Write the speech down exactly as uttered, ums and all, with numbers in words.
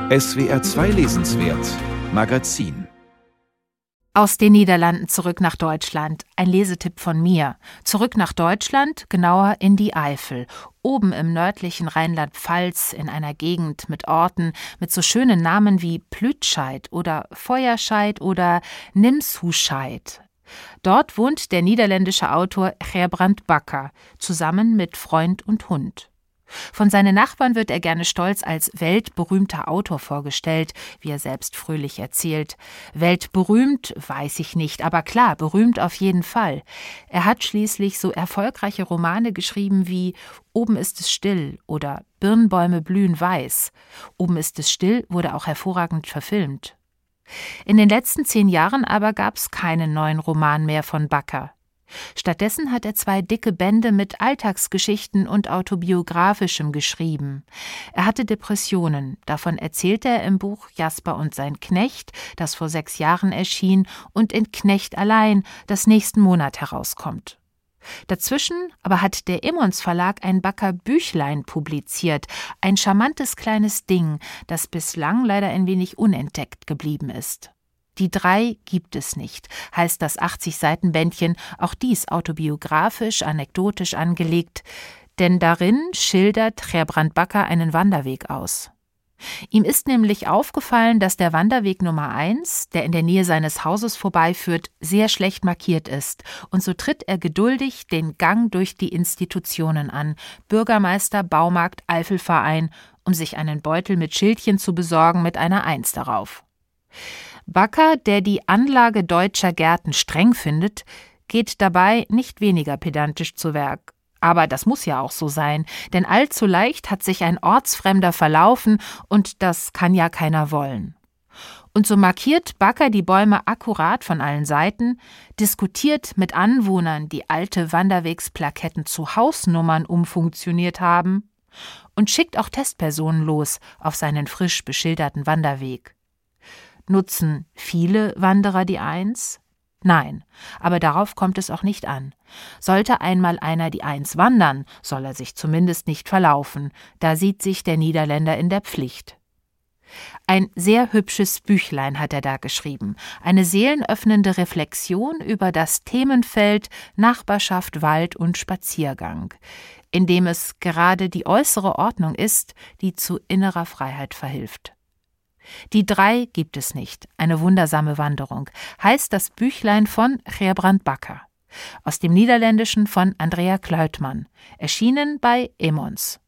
S W R zwei Lesenswert Magazin. Aus den Niederlanden zurück nach Deutschland. Ein Lesetipp von mir. Zurück nach Deutschland, genauer in die Eifel. Oben im nördlichen Rheinland-Pfalz, in einer Gegend mit Orten mit so schönen Namen wie Plütscheid oder Feuerscheid oder Nimshuscheid. Dort wohnt der niederländische Autor Gerbrand Bakker, zusammen mit Freund und Hund. Von seinen Nachbarn wird er gerne stolz als weltberühmter Autor vorgestellt, wie er selbst fröhlich erzählt. Weltberühmt, weiß ich nicht, aber klar, berühmt auf jeden Fall. Er hat schließlich so erfolgreiche Romane geschrieben wie »Oben ist es still« oder »Birnbäume blühen weiß«. »Oben ist es still« wurde auch hervorragend verfilmt. In den letzten zehn Jahren aber gab es keinen neuen Roman mehr von Bakker. Stattdessen hat er zwei dicke Bände mit Alltagsgeschichten und Autobiografischem geschrieben. Er hatte Depressionen, davon erzählte er im Buch Jasper und sein Knecht, das vor sechs Jahren erschien, und in Knecht allein, das nächsten Monat herauskommt. Dazwischen aber hat der Emons Verlag ein Bakker Büchlein publiziert, ein charmantes kleines Ding, das bislang leider ein wenig unentdeckt geblieben ist. Die drei gibt es nicht, heißt das achtzig-Seiten-Bändchen, auch dies autobiografisch, anekdotisch angelegt, denn darin schildert Gerbrand Bakker einen Wanderweg aus. Ihm ist nämlich aufgefallen, dass der Wanderweg Nummer eins, der in der Nähe seines Hauses vorbeiführt, sehr schlecht markiert ist, und so tritt er geduldig den Gang durch die Institutionen an, Bürgermeister, Baumarkt, Eifelverein, um sich einen Beutel mit Schildchen zu besorgen mit einer Eins darauf. Bakker, der die Anlage deutscher Gärten streng findet, geht dabei nicht weniger pedantisch zu Werk. Aber das muss ja auch so sein, denn allzu leicht hat sich ein Ortsfremder verlaufen und das kann ja keiner wollen. Und so markiert Bakker die Bäume akkurat von allen Seiten, diskutiert mit Anwohnern, die alte Wanderwegsplaketten zu Hausnummern umfunktioniert haben und schickt auch Testpersonen los auf seinen frisch beschilderten Wanderweg. Nutzen viele Wanderer die Eins? Nein, aber darauf kommt es auch nicht an. Sollte einmal einer die Eins wandern, soll er sich zumindest nicht verlaufen. Da sieht sich der Niederländer in der Pflicht. Ein sehr hübsches Büchlein hat er da geschrieben. Eine seelenöffnende Reflexion über das Themenfeld Nachbarschaft, Wald und Spaziergang, in dem es gerade die äußere Ordnung ist, die zu innerer Freiheit verhilft. Die drei gibt es nicht, eine wundersame Wanderung, heißt das Büchlein von Gerbrand Bakker. Aus dem Niederländischen von Andrea Kluitman, erschienen bei Emons.